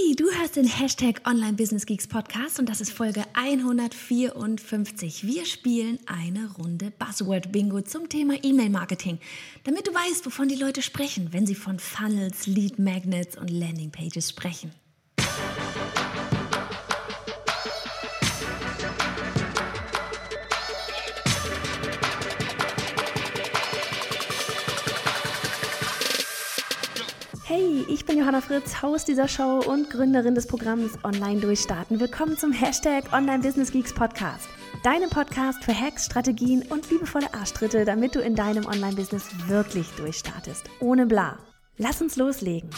Hi, du hörst den Hashtag Online Business Geeks Podcast und das ist Folge 154. Wir spielen eine Runde Buzzword Bingo zum Thema E-Mail-Marketing, damit du weißt, wovon die Leute sprechen, wenn sie von Funnels, Lead Magnets und Landingpages sprechen. Hey, ich bin Johanna Fritz, Host dieser Show und Gründerin des Programms Online Durchstarten. Willkommen zum Hashtag Online Business Geeks Podcast. Deinem Podcast für Hacks, Strategien und liebevolle Arschtritte, damit du in deinem Online-Business wirklich durchstartest. Ohne bla. Lass uns loslegen.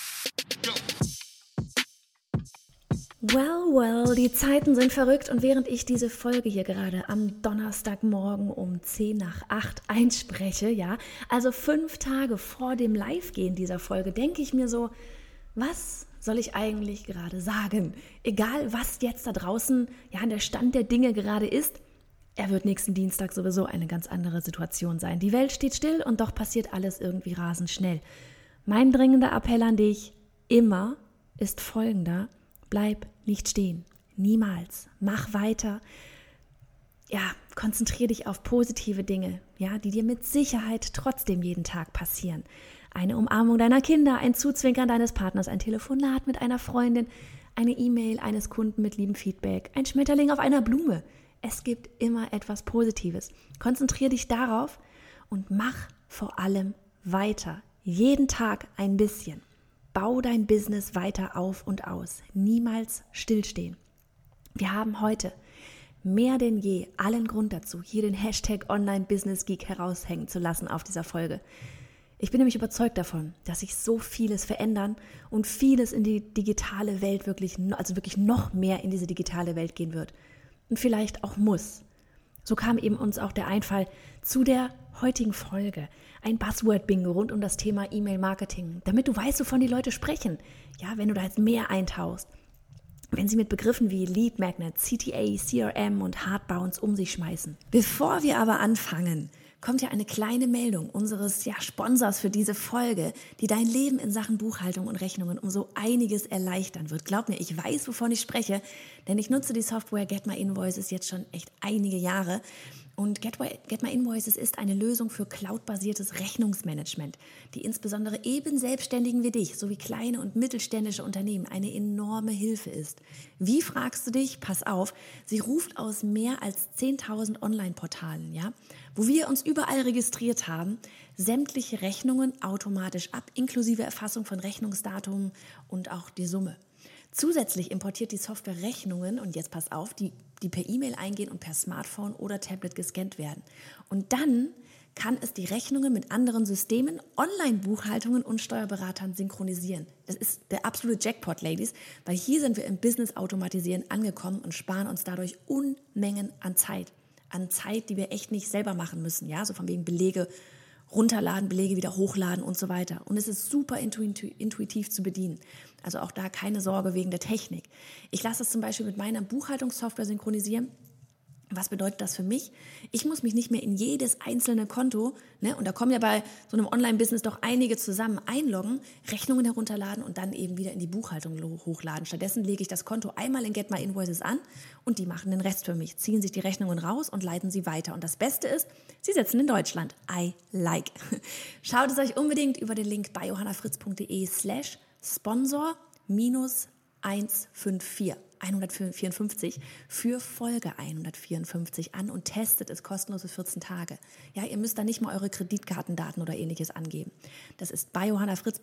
Well, die Zeiten sind verrückt und während ich diese Folge hier gerade am Donnerstagmorgen um 7:50 einspreche, ja, also 5 Tage vor dem Live-Gehen dieser Folge, denke ich mir so, was soll ich eigentlich gerade sagen? Egal, was jetzt da draußen, ja, der Stand der Dinge gerade ist, er wird nächsten Dienstag sowieso eine ganz andere Situation sein. Die Welt steht still und doch passiert alles irgendwie rasend schnell. Mein dringender Appell an dich immer ist folgender: Bleib nicht stehen. Niemals. Mach weiter. Ja, konzentriere dich auf positive Dinge, ja, die dir mit Sicherheit trotzdem jeden Tag passieren. Eine Umarmung deiner Kinder, ein Zuzwinkern deines Partners, ein Telefonat mit einer Freundin, eine E-Mail eines Kunden mit liebem Feedback, ein Schmetterling auf einer Blume. Es gibt immer etwas Positives. Konzentriere dich darauf und mach vor allem weiter. Jeden Tag ein bisschen. Bau dein Business weiter auf und aus. Niemals stillstehen. Wir haben heute mehr denn je allen Grund dazu, hier den Hashtag Online Business Geek heraushängen zu lassen auf dieser Folge. Ich bin nämlich überzeugt davon, dass sich so vieles verändern und vieles in die digitale Welt wirklich noch mehr in diese digitale Welt gehen wird. Und vielleicht auch muss. So kam eben uns auch der Einfall zu der heutigen Folge. Ein Buzzword-Bingo rund um das Thema E-Mail-Marketing, damit du weißt, wovon die Leute sprechen. Ja, wenn du da jetzt mehr eintauchst. Wenn sie mit Begriffen wie Lead Magnet, CTA, CRM und Hardbounce um sich schmeißen. Bevor wir aber anfangen, kommt ja eine kleine Meldung unseres Sponsors für diese Folge, die dein Leben in Sachen Buchhaltung und Rechnungen um so einiges erleichtern wird. Glaub mir, ich weiß, wovon ich spreche, denn ich nutze die Software Get My Invoices jetzt schon echt einige Jahre. Und Get My Invoices ist eine Lösung für cloudbasiertes Rechnungsmanagement, die insbesondere eben Selbstständigen wie dich sowie kleine und mittelständische Unternehmen eine enorme Hilfe ist. Wie, fragst du dich? Pass auf, sie ruft aus mehr als 10.000 Online-Portalen, ja, wo wir uns überall registriert haben, sämtliche Rechnungen automatisch ab, inklusive Erfassung von Rechnungsdatum und auch die Summe. Zusätzlich importiert die Software Rechnungen, und jetzt pass auf, die per E-Mail eingehen und per Smartphone oder Tablet gescannt werden. Und dann kann es die Rechnungen mit anderen Systemen, Online-Buchhaltungen und Steuerberatern synchronisieren. Das ist der absolute Jackpot, Ladies, weil hier sind wir im Business-Automatisieren angekommen und sparen uns dadurch Unmengen an Zeit. An Zeit, die wir echt nicht selber machen müssen, ja, so von wegen Belege runterladen, Belege wieder hochladen und so weiter. Und es ist super intuitiv zu bedienen. Also auch da keine Sorge wegen der Technik. Ich lasse das zum Beispiel mit meiner Buchhaltungssoftware synchronisieren. Was bedeutet das für mich? Ich muss mich nicht mehr in jedes einzelne Konto, ne, und da kommen ja bei so einem Online-Business doch einige zusammen, einloggen, Rechnungen herunterladen und dann eben wieder in die Buchhaltung hochladen. Stattdessen lege ich das Konto einmal in Get My Invoices an und die machen den Rest für mich, ziehen sich die Rechnungen raus und leiten sie weiter. Und das Beste ist, sie sitzen in Deutschland. I like. Schaut es euch unbedingt über den Link bei johannafritz.de/sponsor-154 für Folge 154 an und testet es kostenlos für 14 Tage. Ja, ihr müsst da nicht mal eure Kreditkartendaten oder ähnliches angeben. Das ist bei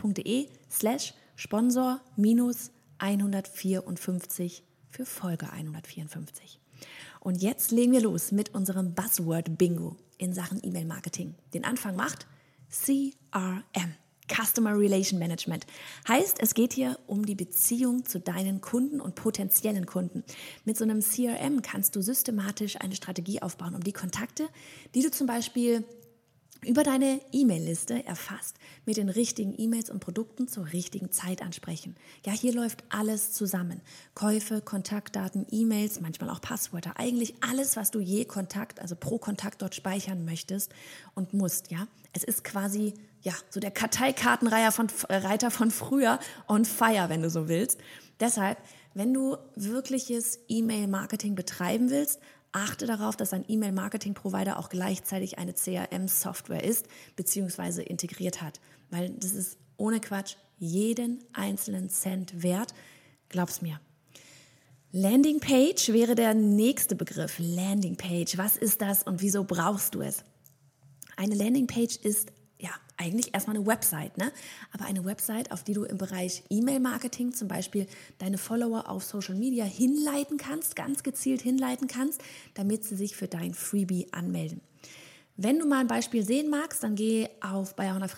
johannafritz.de/sponsor-154 für Folge 154. Und jetzt legen wir los mit unserem Buzzword-Bingo in Sachen E-Mail-Marketing. Den Anfang macht CRM. Customer Relation Management. Heißt, es geht hier um die Beziehung zu deinen Kunden und potenziellen Kunden. Mit so einem CRM kannst du systematisch eine Strategie aufbauen, um die Kontakte, die du zum Beispiel über deine E-Mail-Liste erfasst, mit den richtigen E-Mails und Produkten zur richtigen Zeit ansprechen. Ja, hier läuft alles zusammen. Käufe, Kontaktdaten, E-Mails, manchmal auch Passwörter. Eigentlich alles, was du pro Kontakt dort speichern möchtest und musst. Ja, es ist quasi so der Karteikartenreiter von früher on fire, wenn du so willst. Deshalb, wenn du wirkliches E-Mail-Marketing betreiben willst, achte darauf, dass dein E-Mail-Marketing-Provider auch gleichzeitig eine CRM-Software ist, beziehungsweise integriert hat. Weil das ist ohne Quatsch jeden einzelnen Cent wert. Glaub's mir. Landingpage wäre der nächste Begriff. Landingpage, was ist das und wieso brauchst du es? Eine Landingpage ist ja eigentlich erstmal eine Website, ne? Aber eine Website, auf die du im Bereich E-Mail-Marketing zum Beispiel deine Follower auf Social Media hinleiten kannst, ganz gezielt hinleiten kannst, damit sie sich für dein Freebie anmelden. Wenn du mal ein Beispiel sehen magst, dann geh auf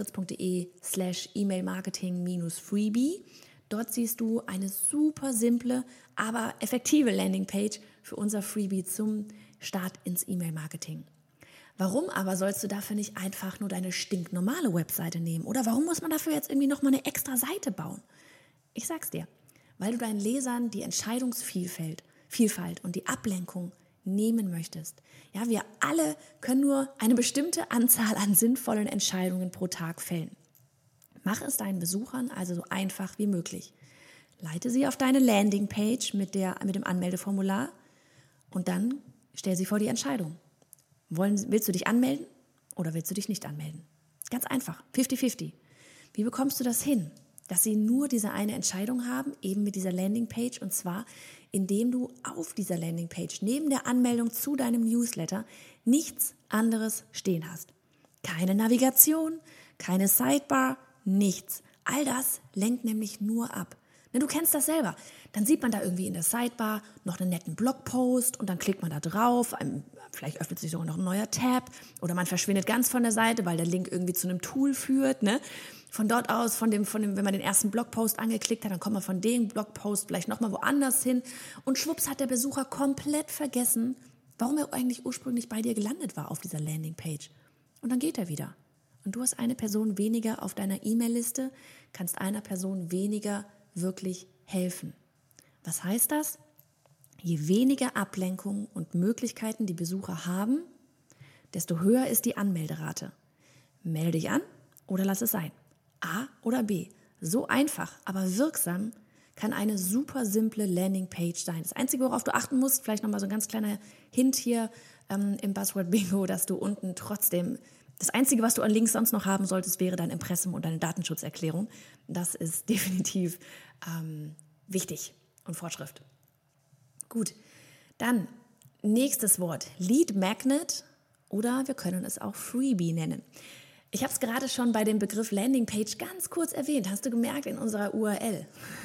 bayerhonnerfritz.de/emailmarketing-freebie. Dort siehst du eine super simple, aber effektive Landingpage für unser Freebie zum Start ins E-Mail-Marketing. Warum aber sollst du dafür nicht einfach nur deine stinknormale Webseite nehmen? Oder warum muss man dafür jetzt irgendwie nochmal eine extra Seite bauen? Ich sag's dir, weil du deinen Lesern die Entscheidungsvielfalt und die Ablenkung nehmen möchtest. Ja, wir alle können nur eine bestimmte Anzahl an sinnvollen Entscheidungen pro Tag fällen. Mach es deinen Besuchern also so einfach wie möglich. Leite sie auf deine Landingpage mit dem Anmeldeformular und dann stell sie vor die Entscheidung. Willst du dich anmelden oder willst du dich nicht anmelden? Ganz einfach, 50-50. Wie bekommst du das hin, dass sie nur diese eine Entscheidung haben, eben mit dieser Landingpage, und zwar, indem du auf dieser Landingpage neben der Anmeldung zu deinem Newsletter nichts anderes stehen hast. Keine Navigation, keine Sidebar, nichts. All das lenkt nämlich nur ab. Du kennst das selber. Dann sieht man da irgendwie in der Sidebar noch einen netten Blogpost und dann klickt man da drauf. Vielleicht öffnet sich sogar noch ein neuer Tab oder man verschwindet ganz von der Seite, weil der Link irgendwie zu einem Tool führt. Ne? Von dort aus, wenn man den ersten Blogpost angeklickt hat, dann kommt man von dem Blogpost vielleicht nochmal woanders hin und schwupps hat der Besucher komplett vergessen, warum er eigentlich ursprünglich bei dir gelandet war auf dieser Landingpage. Und dann geht er wieder. Und du hast eine Person weniger auf deiner E-Mail-Liste, kannst einer Person weniger wirklich helfen. Was heißt das? Je weniger Ablenkung und Möglichkeiten die Besucher haben, desto höher ist die Anmelderate. Melde dich an oder lass es sein. A oder B. So einfach, aber wirksam kann eine super simple Landingpage sein. Das Einzige, worauf du achten musst, vielleicht nochmal so ein ganz kleiner Hint hier im Buzzword Bingo, dass du unten trotzdem, das Einzige, was du an Links sonst noch haben solltest, wäre dein Impressum und deine Datenschutzerklärung. Das ist definitiv wichtig und Vorschrift. Gut, dann nächstes Wort, Lead Magnet oder wir können es auch Freebie nennen. Ich habe es gerade schon bei dem Begriff Landingpage ganz kurz erwähnt. Hast du gemerkt in unserer URL?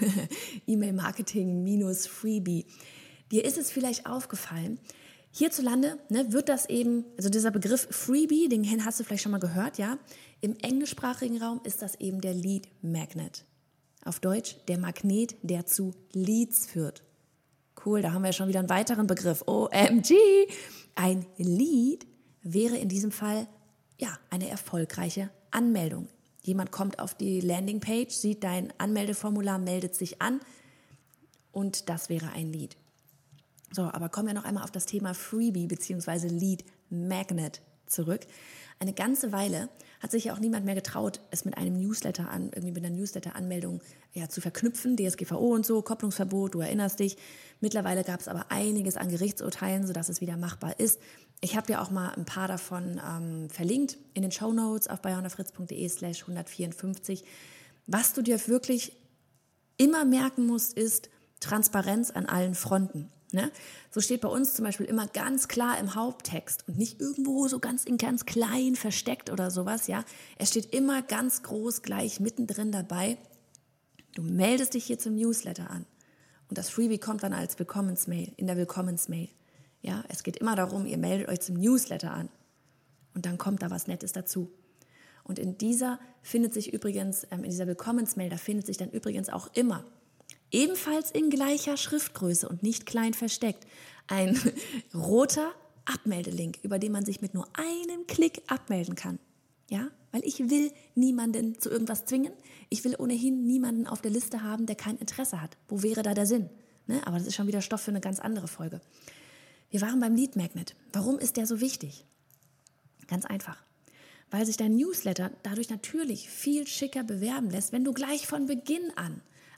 E-Mail-Marketing-Freebie. Dir ist es vielleicht aufgefallen, hierzulande wird das eben, also dieser Begriff Freebie, den hast du vielleicht schon mal gehört, ja? Im englischsprachigen Raum ist das eben der Lead Magnet. Auf Deutsch der Magnet, der zu Leads führt. Cool, da haben wir schon wieder einen weiteren Begriff. OMG! Ein Lead wäre in diesem Fall eine erfolgreiche Anmeldung. Jemand kommt auf die Landingpage, sieht dein Anmeldeformular, meldet sich an und das wäre ein Lead. So, aber kommen wir noch einmal auf das Thema Freebie bzw. Lead Magnet zurück. Eine ganze Weile hat sich ja auch niemand mehr getraut, es mit einem Newsletter irgendwie mit einer Newsletter-Anmeldung zu verknüpfen. DSGVO und so, Kopplungsverbot, du erinnerst dich. Mittlerweile gab es aber einiges an Gerichtsurteilen, sodass es wieder machbar ist. Ich habe dir auch mal ein paar davon verlinkt in den Shownotes auf bayerhonnerfritz.de/154. Was du dir wirklich immer merken musst, ist Transparenz an allen Fronten. Ne? So steht bei uns zum Beispiel immer ganz klar im Haupttext und nicht irgendwo so ganz klein versteckt oder sowas. Ja, es steht immer ganz groß gleich mittendrin dabei. Du meldest dich hier zum Newsletter an und das Freebie kommt dann als Willkommensmail, in der Willkommensmail. Ja, es geht immer darum, ihr meldet euch zum Newsletter an und dann kommt da was Nettes dazu. Und in dieser Willkommensmail, da findet sich dann übrigens auch immer ebenfalls in gleicher Schriftgröße und nicht klein versteckt, ein roter Abmeldelink, über den man sich mit nur einem Klick abmelden kann. Ja, weil ich will niemanden zu irgendwas zwingen. Ich will ohnehin niemanden auf der Liste haben, der kein Interesse hat. Wo wäre da der Sinn? Ne? Aber das ist schon wieder Stoff für eine ganz andere Folge. Wir waren beim Lead Magnet. Warum ist der so wichtig? Ganz einfach. Weil sich dein Newsletter dadurch natürlich viel schicker bewerben lässt, wenn du gleich von Beginn an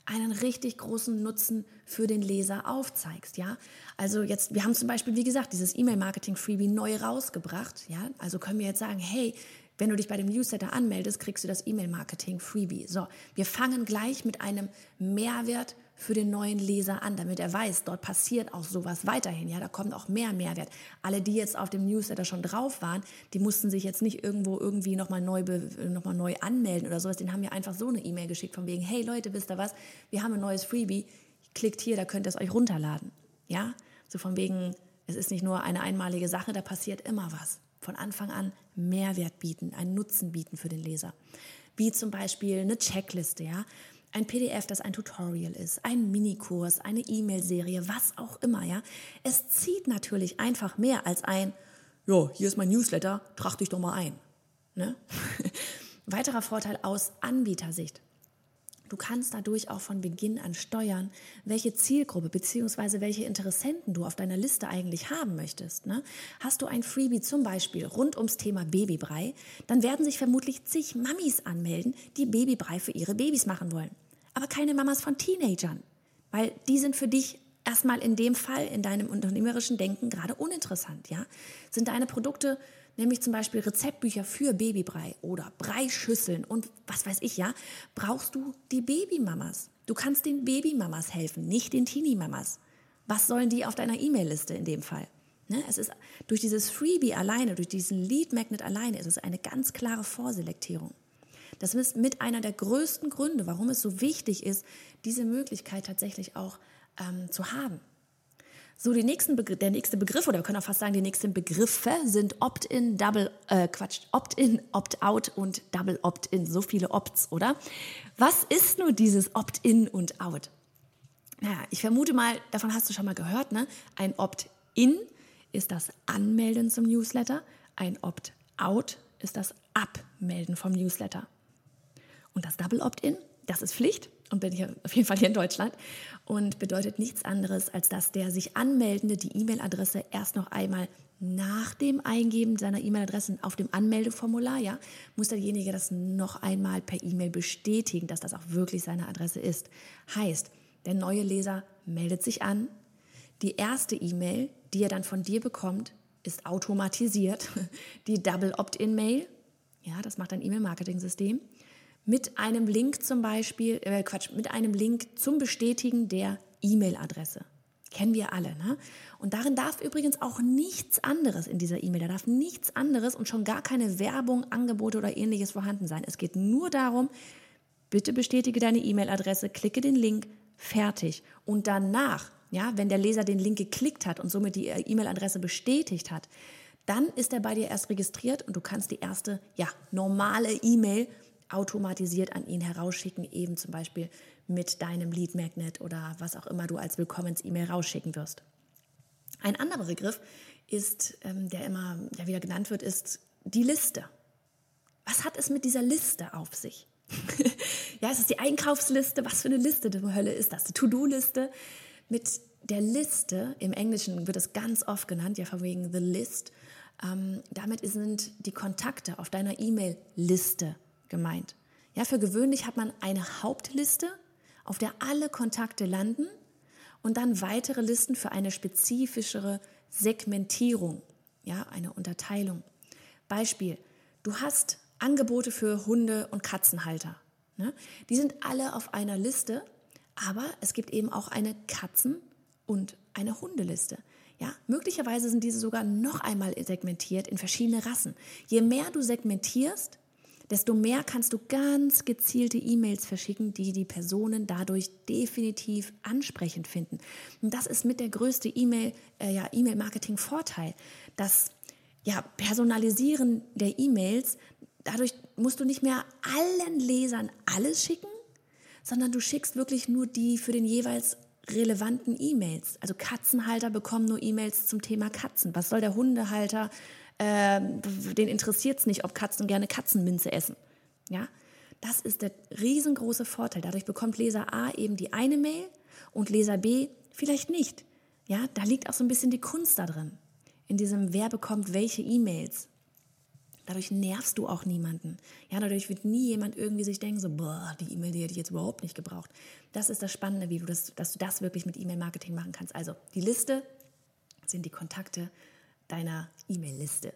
einen richtig großen Nutzen für den Leser aufzeigst, ja. Also jetzt, wir haben zum Beispiel, wie gesagt, dieses E-Mail-Marketing-Freebie neu rausgebracht, ja. Also können wir jetzt sagen, hey, wenn du dich bei dem Newsletter anmeldest, kriegst du das E-Mail-Marketing-Freebie. So, wir fangen gleich mit einem Mehrwert für den neuen Leser an, damit er weiß, dort passiert auch sowas weiterhin. Ja, da kommt auch mehr Mehrwert. Alle, die jetzt auf dem Newsletter schon drauf waren, die mussten sich jetzt nicht irgendwo irgendwie nochmal neu anmelden oder sowas. Den haben wir einfach so eine E-Mail geschickt von wegen, hey Leute, wisst ihr was? Wir haben ein neues Freebie. Klickt hier, da könnt ihr es euch runterladen. Ja, so von wegen, es ist nicht nur eine einmalige Sache, da passiert immer was. Von Anfang an Mehrwert bieten, einen Nutzen bieten für den Leser. Wie zum Beispiel eine Checkliste, ja, ein PDF, das ein Tutorial ist, ein Minikurs, eine E-Mail-Serie, was auch immer, ja. Es zieht natürlich einfach mehr als ein, ja, hier ist mein Newsletter, trag dich doch mal ein. Ne? Weiterer Vorteil aus Anbietersicht. Du kannst dadurch auch von Beginn an steuern, welche Zielgruppe bzw. welche Interessenten du auf deiner Liste eigentlich haben möchtest. Ne? Hast du ein Freebie zum Beispiel rund ums Thema Babybrei, dann werden sich vermutlich zig Mamis anmelden, die Babybrei für ihre Babys machen wollen. Aber keine Mamas von Teenagern, weil die sind für dich erstmal in dem Fall in deinem unternehmerischen Denken gerade uninteressant. Ja? Sind deine Produkte nämlich zum Beispiel Rezeptbücher für Babybrei oder Breischüsseln und was weiß ich, ja, brauchst du die Babymamas. Du kannst den Babymamas helfen, nicht den Teenie-Mamas. Was sollen die auf deiner E-Mail-Liste in dem Fall? Ne? Es ist durch dieses Freebie alleine, durch diesen Lead Magnet alleine, ist es eine ganz klare Vorselektierung. Das ist mit einer der größten Gründe, warum es so wichtig ist, diese Möglichkeit tatsächlich auch zu haben. So, der nächste Begriff, oder wir können auch fast sagen, die nächsten Begriffe sind Opt-in, Opt-in, Opt-out und Double Opt-in. So viele Opts, oder? Was ist nur dieses Opt-in und Out? Naja, ich vermute mal, davon hast du schon mal gehört, ne? Ein Opt-in ist das Anmelden zum Newsletter, ein Opt-out ist das Abmelden vom Newsletter. Und das Double Opt-in, das ist Pflicht und bin hier auf jeden Fall hier in Deutschland und bedeutet nichts anderes, als dass der sich Anmeldende die E-Mail-Adresse erst noch einmal nach dem Eingeben seiner E-Mail-Adresse auf dem Anmeldeformular, ja, muss derjenige das noch einmal per E-Mail bestätigen, dass das auch wirklich seine Adresse ist. Heißt, der neue Leser meldet sich an, die erste E-Mail, die er dann von dir bekommt, ist automatisiert, die Double Opt-in-Mail, ja, das macht ein E-Mail-Marketing-System, mit einem Link zum Beispiel, mit einem Link zum Bestätigen der E-Mail-Adresse. Kennen wir alle, ne? Und darin darf übrigens auch nichts anderes in dieser E-Mail, da darf nichts anderes und schon gar keine Werbung, Angebote oder Ähnliches vorhanden sein. Es geht nur darum, bitte bestätige deine E-Mail-Adresse, klicke den Link, fertig. Und danach, ja, wenn der Leser den Link geklickt hat und somit die E-Mail-Adresse bestätigt hat, dann ist er bei dir erst registriert und du kannst die erste, ja, normale E-Mail automatisiert an ihn herausschicken, eben zum Beispiel mit deinem Lead Magnet oder was auch immer du als Willkommens-E-Mail rausschicken wirst. Ein anderer Begriff ist, der wieder genannt wird, ist die Liste. Was hat es mit dieser Liste auf sich? Ja, es ist die Einkaufsliste. Was für eine Liste der Hölle ist das? Die To-Do-Liste. Mit der Liste, im Englischen wird es ganz oft genannt, ja, von wegen the list. Damit sind die Kontakte auf deiner E-Mail-Liste gemeint. Ja, für gewöhnlich hat man eine Hauptliste, auf der alle Kontakte landen und dann weitere Listen für eine spezifischere Segmentierung, ja, eine Unterteilung. Beispiel, du hast Angebote für Hunde- und Katzenhalter. Ne? Die sind alle auf einer Liste, aber es gibt eben auch eine Katzen- und eine Hundeliste. Ja, möglicherweise sind diese sogar noch einmal segmentiert in verschiedene Rassen. Je mehr du segmentierst, desto mehr kannst du ganz gezielte E-Mails verschicken, die die Personen dadurch definitiv ansprechend finden. Und das ist mit der größte E-Mail-Marketing-Vorteil. Das Personalisieren der E-Mails, dadurch musst du nicht mehr allen Lesern alles schicken, sondern du schickst wirklich nur die für den jeweils relevanten E-Mails. Also Katzenhalter bekommen nur E-Mails zum Thema Katzen. Was soll der Hundehalter? Den interessiert es nicht, ob Katzen gerne Katzenminze essen. Ja? Das ist der riesengroße Vorteil. Dadurch bekommt Leser A eben die eine Mail und Leser B vielleicht nicht. Ja? Da liegt auch so ein bisschen die Kunst da drin, in diesem, wer bekommt welche E-Mails. Dadurch nervst du auch niemanden. Ja, dadurch wird nie jemand irgendwie sich denken, so, boah, die E-Mail, die hätte ich jetzt überhaupt nicht gebraucht. Das ist das Spannende, dass du das wirklich mit E-Mail-Marketing machen kannst. Also die Liste sind die Kontakte deiner E-Mail-Liste.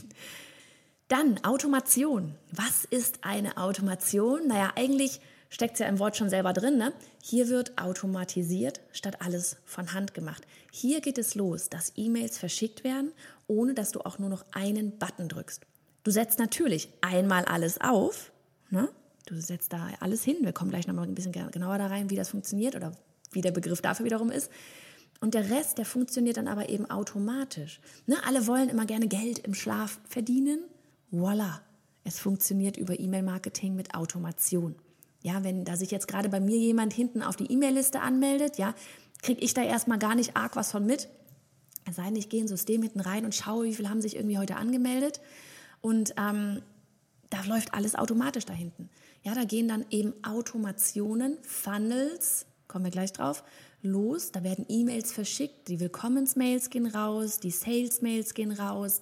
Dann Automation. Was ist eine Automation? Naja, eigentlich steckt es ja im Wort schon selber drin, ne? Hier wird automatisiert, statt alles von Hand gemacht. Hier geht es los, dass E-Mails verschickt werden, ohne dass du auch nur noch einen Button drückst. Du setzt natürlich einmal alles auf, ne? Du setzt da alles hin. Wir kommen gleich nochmal ein bisschen genauer da rein, wie das funktioniert oder wie der Begriff dafür wiederum ist. Und der Rest, der funktioniert dann aber eben automatisch. Ne? Alle wollen immer gerne Geld im Schlaf verdienen. Voila, es funktioniert über E-Mail-Marketing mit Automation. Ja, wenn da sich jetzt gerade bei mir jemand hinten auf die E-Mail-Liste anmeldet, ja, kriege ich da erstmal gar nicht arg was von mit. Es sei denn, ich gehe ins System hinten rein und schaue, wie viele haben sich irgendwie heute angemeldet. Und da läuft alles automatisch da hinten. Ja, da gehen dann eben Automationen, Funnels, kommen wir gleich drauf, los. Da werden E-Mails verschickt, die Willkommensmails gehen raus, die Sales-Mails gehen raus,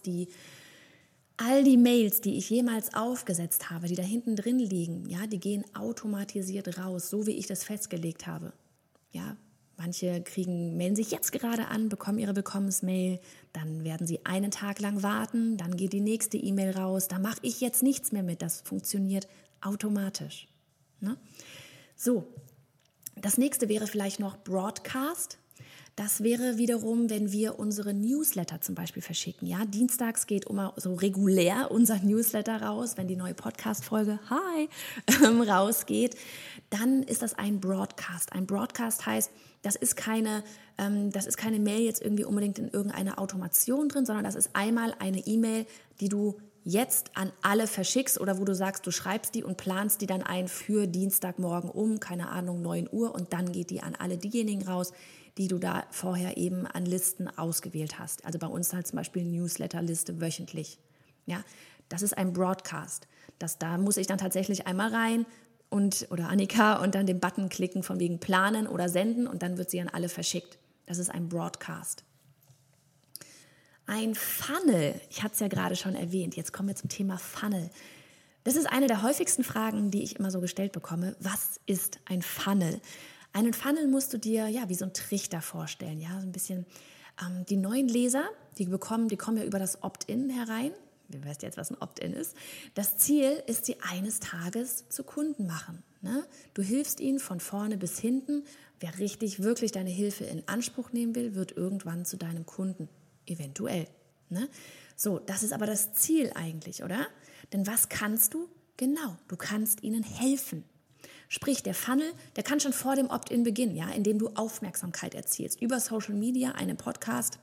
all die Mails, die ich jemals aufgesetzt habe, die da hinten drin liegen, ja, die gehen automatisiert raus, so wie ich das festgelegt habe. Ja, manche melden sich jetzt gerade an, bekommen ihre Willkommensmail, dann werden sie einen Tag lang warten, dann geht die nächste E-Mail raus, da mache ich jetzt nichts mehr mit, das funktioniert automatisch. Ne? So, das nächste wäre vielleicht noch Broadcast. Das wäre wiederum, wenn wir unsere Newsletter zum Beispiel verschicken. Ja, dienstags geht immer so regulär unser Newsletter raus, wenn die neue Podcast-Folge rausgeht. Dann ist das ein Broadcast. Ein Broadcast heißt, das ist keine Mail jetzt irgendwie unbedingt in irgendeiner Automation drin, sondern das ist einmal eine E-Mail, die du jetzt an alle verschickst oder wo du sagst, du schreibst die und planst die dann ein für Dienstagmorgen keine Ahnung, 9 Uhr und dann geht die an alle diejenigen raus, die du da vorher eben an Listen ausgewählt hast. Also bei uns halt zum Beispiel Newsletterliste wöchentlich. Ja, das ist ein Broadcast. Da muss ich dann tatsächlich einmal rein oder Annika und dann den Button klicken von wegen planen oder senden und dann wird sie an alle verschickt. Das ist ein Broadcast. Ein Funnel, ich hatte es ja gerade schon erwähnt, jetzt kommen wir zum Thema Funnel. Das ist eine der häufigsten Fragen, die ich immer so gestellt bekomme. Was ist ein Funnel? Einen Funnel musst du dir ja wie so ein Trichter vorstellen, ja, so ein bisschen. Die neuen Leser, die kommen ja über das Opt-in herein. Du weißt jetzt, was ein Opt-in ist. Das Ziel ist, sie eines Tages zu Kunden machen. Ne? Du hilfst ihnen von vorne bis hinten. Wer wirklich deine Hilfe in Anspruch nehmen will, wird irgendwann zu deinem Kunden. Eventuell. Ne? So, das ist aber das Ziel eigentlich, oder? Denn was kannst du? Genau, du kannst ihnen helfen. Sprich, der Funnel, der kann schon vor dem Opt-in beginnen, ja, indem du Aufmerksamkeit erzielst. Über Social Media, einen Podcast,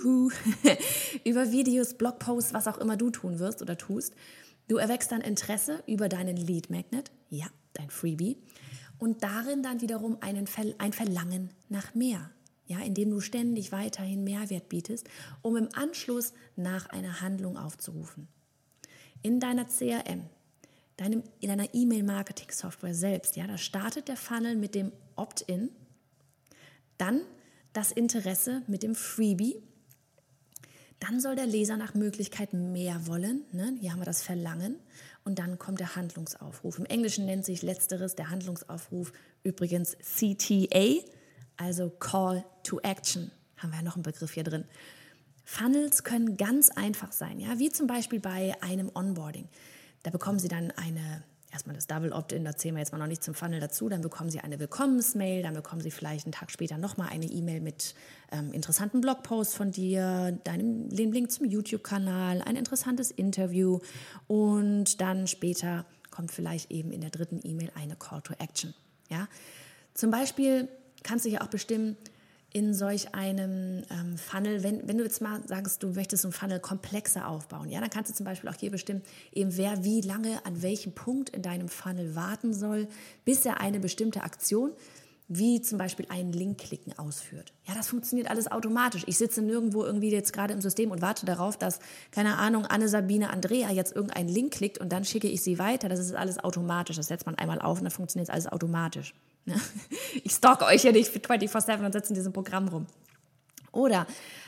über Videos, Blogposts, was auch immer du tun wirst oder tust. Du erwächst dann Interesse über deinen Lead Magnet, ja, dein Freebie, und darin dann wiederum ein Verlangen nach mehr. Ja, indem du ständig weiterhin Mehrwert bietest, um im Anschluss nach einer Handlung aufzurufen. In deiner CRM, in deiner E-Mail-Marketing-Software selbst, ja, da startet der Funnel mit dem Opt-in, dann das Interesse mit dem Freebie, dann soll der Leser nach Möglichkeit mehr wollen, ne? Hier haben wir das Verlangen und dann kommt der Handlungsaufruf. Im Englischen nennt sich letzteres, der Handlungsaufruf, übrigens CTA, also Call to Action, haben wir ja noch einen Begriff hier drin. Funnels können ganz einfach sein, ja, wie zum Beispiel bei einem Onboarding. Da bekommen Sie dann erstmal das Double Opt-in, da zählen wir jetzt mal noch nicht zum Funnel dazu, dann bekommen Sie eine Willkommensmail, dann bekommen Sie vielleicht einen Tag später nochmal eine E-Mail mit interessanten Blogposts von dir, deinem Link zum YouTube-Kanal, ein interessantes Interview und dann später kommt vielleicht eben in der dritten E-Mail eine Call to Action. Ja? Zum Beispiel kannst du ja auch bestimmen, in solch einem Funnel, wenn du jetzt mal sagst, du möchtest so einen Funnel komplexer aufbauen, ja, dann kannst du zum Beispiel auch hier bestimmen, eben wer wie lange an welchem Punkt in deinem Funnel warten soll, bis er eine bestimmte Aktion, wie zum Beispiel einen Link klicken, ausführt. Ja, das funktioniert alles automatisch. Ich sitze nirgendwo irgendwie jetzt gerade im System und warte darauf, dass, keine Ahnung, Anne, Sabine, Andrea jetzt irgendeinen Link klickt und dann schicke ich sie weiter. Das ist alles automatisch. Das setzt man einmal auf und dann funktioniert alles automatisch. Ich stalke euch ja nicht für 24/7 und setze in diesem Programm rum. Oder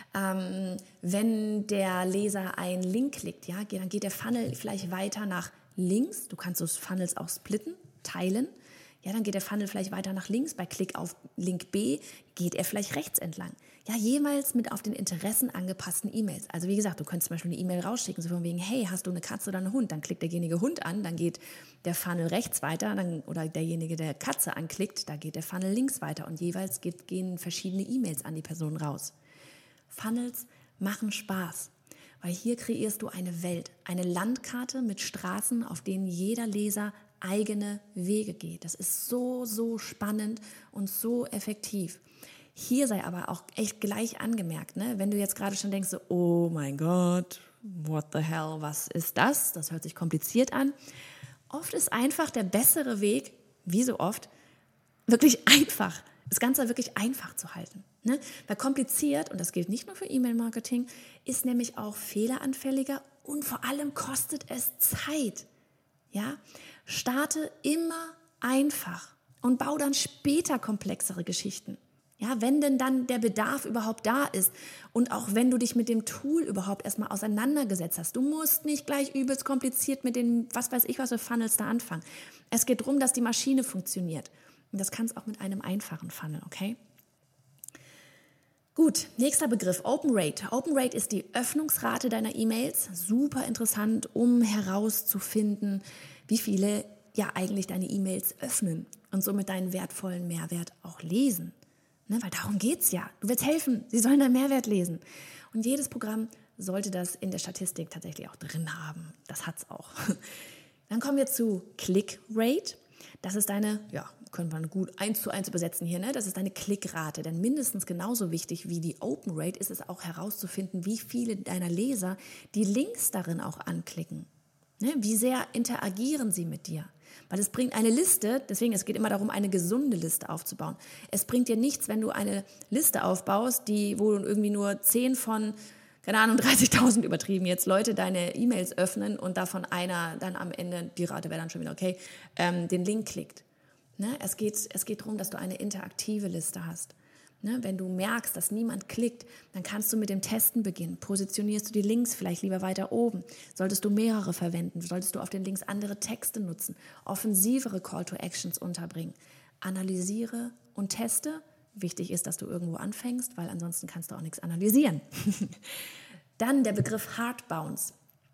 Wenn der Leser einen Link klickt, ja, dann geht der Funnel vielleicht weiter nach links. Du kannst so Funnels auch splitten, teilen. Ja, dann geht der Funnel vielleicht weiter nach links. Bei Klick auf Link B geht er vielleicht rechts entlang. Ja, jeweils mit auf den Interessen angepassten E-Mails. Also wie gesagt, du könntest zum Beispiel eine E-Mail rausschicken, so von wegen, hey, hast du eine Katze oder einen Hund? Dann klickt derjenige Hund an, dann geht der Funnel rechts weiter, oder derjenige, der Katze anklickt, da geht der Funnel links weiter und jeweils gehen verschiedene E-Mails an die Person raus. Funnels machen Spaß, weil hier kreierst du eine Welt, eine Landkarte mit Straßen, auf denen jeder Leser eigene Wege geht. Das ist so, so spannend und so effektiv. Hier sei aber auch echt gleich angemerkt, ne? Wenn du jetzt gerade schon denkst, so, oh mein Gott, what the hell, was ist das? Das hört sich kompliziert an. Oft ist einfach der bessere Weg, wie so oft, wirklich einfach, das Ganze wirklich einfach zu halten. Ne? Weil kompliziert, und das gilt nicht nur für E-Mail-Marketing, ist nämlich auch fehleranfälliger und vor allem kostet es Zeit. Ja? Starte immer einfach und bau dann später komplexere Geschichten. Ja, wenn denn dann der Bedarf überhaupt da ist und auch wenn du dich mit dem Tool überhaupt erstmal auseinandergesetzt hast. Du musst nicht gleich übelst kompliziert mit den, was weiß ich, was für Funnels da anfangen. Es geht darum, dass die Maschine funktioniert. Und das kannst du auch mit einem einfachen Funnel, okay? Gut, nächster Begriff, Open Rate. Open Rate ist die Öffnungsrate deiner E-Mails. Super interessant, um herauszufinden, wie viele ja eigentlich deine E-Mails öffnen und somit deinen wertvollen Mehrwert auch lesen. Ne, weil darum geht's ja. Du willst helfen, sie sollen deinen Mehrwert lesen. Und jedes Programm sollte das in der Statistik tatsächlich auch drin haben. Das hat's auch. Dann kommen wir zu Click Rate. Das ist deine, ja, können wir gut 1:1 übersetzen hier, ne? Das ist deine Klickrate. Denn mindestens genauso wichtig wie die Open Rate ist es auch herauszufinden, wie viele deiner Leser die Links darin auch anklicken. Ne? Wie sehr interagieren sie mit dir? Weil es bringt eine Liste, deswegen es geht immer darum, eine gesunde Liste aufzubauen. Es bringt dir nichts, wenn du eine Liste aufbaust, wo irgendwie nur 10 von, keine Ahnung, 30.000 übertrieben jetzt Leute deine E-Mails öffnen und davon einer dann am Ende, die Rate wäre dann schon wieder okay, den Link klickt. Ne? Es geht darum, dass du eine interaktive Liste hast. Ne? Wenn du merkst, dass niemand klickt, dann kannst du mit dem Testen beginnen. Positionierst du die Links vielleicht lieber weiter oben? Solltest du mehrere verwenden? Solltest du auf den Links andere Texte nutzen? Offensivere Call to Actions unterbringen? Analysiere und teste. Wichtig ist, dass du irgendwo anfängst, weil ansonsten kannst du auch nichts analysieren. Dann der Begriff Hard Bounce.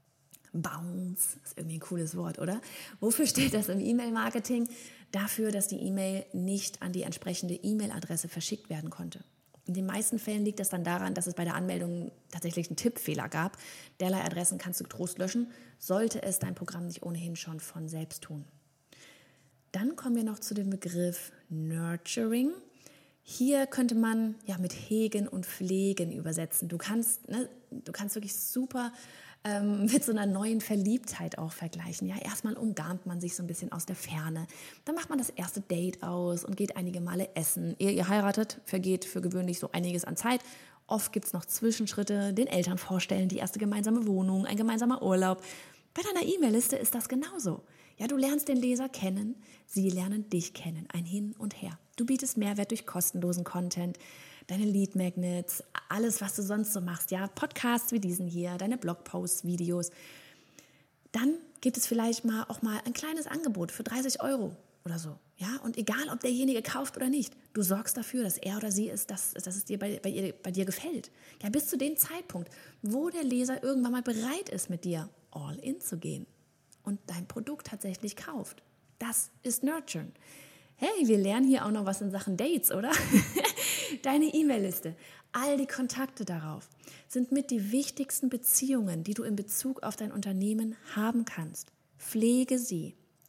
Bounce ist irgendwie ein cooles Wort, oder? Wofür steht das im E-Mail-Marketing? Dafür, dass die E-Mail nicht an die entsprechende E-Mail-Adresse verschickt werden konnte. In den meisten Fällen liegt das dann daran, dass es bei der Anmeldung tatsächlich einen Tippfehler gab. Derlei Adressen kannst du getrost löschen, sollte es dein Programm nicht ohnehin schon von selbst tun. Dann kommen wir noch zu dem Begriff Nurturing. Hier könnte man ja mit Hegen und Pflegen übersetzen. Du kannst wirklich super mit so einer neuen Verliebtheit auch vergleichen. Ja, erstmal umgarnt man sich so ein bisschen aus der Ferne. Dann macht man das erste Date aus und geht einige Male essen. Ehe ihr heiratet, vergeht für gewöhnlich so einiges an Zeit. Oft gibt es noch Zwischenschritte, den Eltern vorstellen, die erste gemeinsame Wohnung, ein gemeinsamer Urlaub. Bei deiner E-Mail-Liste ist das genauso. Ja, du lernst den Leser kennen, sie lernen dich kennen, ein Hin und Her. Du bietest Mehrwert durch kostenlosen Content, deine Lead Magnets, alles, was du sonst so machst, ja, Podcasts wie diesen hier, deine Blogposts, Videos. Dann gibt es vielleicht auch mal ein kleines Angebot für 30 € oder so, ja, und egal, ob derjenige kauft oder nicht, du sorgst dafür, dass er oder sie ist, dass es dir bei dir gefällt. Ja, bis zu dem Zeitpunkt, wo der Leser irgendwann mal bereit ist, mit dir all in zu gehen und dein Produkt tatsächlich kauft. Das ist Nurturen. Hey, wir lernen hier auch noch was in Sachen Dates, oder? Deine E-Mail-Liste, all die Kontakte darauf sind mit die wichtigsten Beziehungen, die du in Bezug auf dein Unternehmen haben kannst. Pflege sie.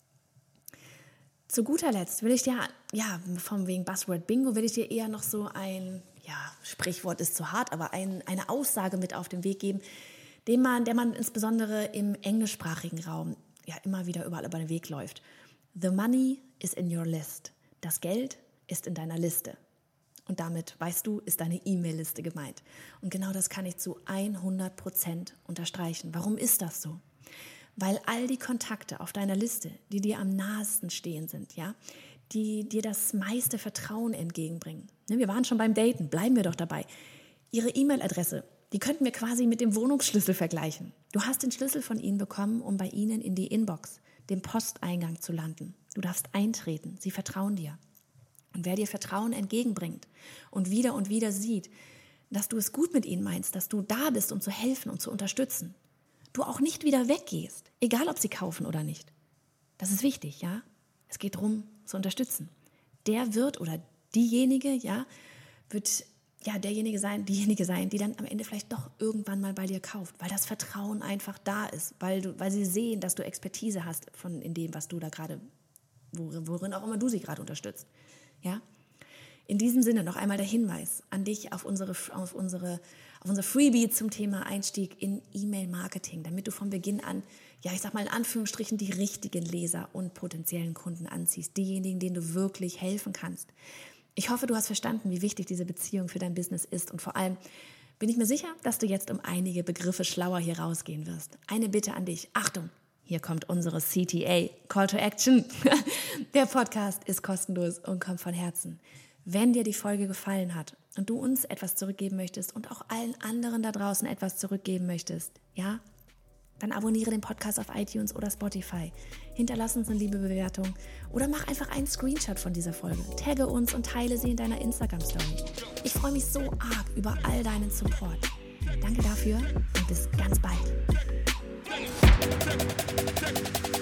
Zu guter Letzt will ich dir, vom wegen Buzzword Bingo, will ich dir eher noch so ein, Sprichwort ist zu hart, aber eine Aussage mit auf den Weg geben, der man insbesondere im englischsprachigen Raum immer wieder überall über den Weg läuft. The money is in your list. Das Geld ist in deiner Liste. Und damit, weißt du, ist deine E-Mail-Liste gemeint. Und genau das kann ich zu 100% unterstreichen. Warum ist das so? Weil all die Kontakte auf deiner Liste, die dir am nahesten stehen sind, ja, die dir das meiste Vertrauen entgegenbringen. Wir waren schon beim Daten, bleiben wir doch dabei. Ihre E-Mail-Adresse, die könnten wir quasi mit dem Wohnungsschlüssel vergleichen. Du hast den Schlüssel von ihnen bekommen, um bei ihnen in die Inbox, den Posteingang zu landen. Du darfst eintreten, sie vertrauen dir. Und wer dir Vertrauen entgegenbringt und wieder sieht, dass du es gut mit ihnen meinst, dass du da bist, um zu helfen und zu unterstützen, du auch nicht wieder weggehst, egal ob sie kaufen oder nicht. Das ist wichtig, ja? Es geht darum, zu unterstützen. Der wird oder diejenige, ja, wird ja diejenige sein, die dann am Ende vielleicht doch irgendwann mal bei dir kauft, weil das Vertrauen einfach da ist, weil sie sehen, dass du Expertise hast in dem, was du da gerade, worin auch immer du sie gerade unterstützt. Ja? In diesem Sinne noch einmal der Hinweis an dich auf unser Freebie zum Thema Einstieg in E-Mail-Marketing, damit du von Beginn an, ja, ich sag mal in Anführungsstrichen, die richtigen Leser und potenziellen Kunden anziehst, diejenigen, denen du wirklich helfen kannst. Ich hoffe, du hast verstanden, wie wichtig diese Beziehung für dein Business ist und vor allem bin ich mir sicher, dass du jetzt um einige Begriffe schlauer hier rausgehen wirst. Eine Bitte an dich. Achtung, hier kommt unsere CTA, Call to Action. Der Podcast ist kostenlos und kommt von Herzen. Wenn dir die Folge gefallen hat und du uns etwas zurückgeben möchtest und auch allen anderen da draußen etwas zurückgeben möchtest, ja, dann abonniere den Podcast auf iTunes oder Spotify. Hinterlass uns eine liebe Bewertung oder mach einfach einen Screenshot von dieser Folge. Tagge uns und teile sie in deiner Instagram-Story. Ich freue mich so arg über all deinen Support. Danke dafür und bis ganz bald.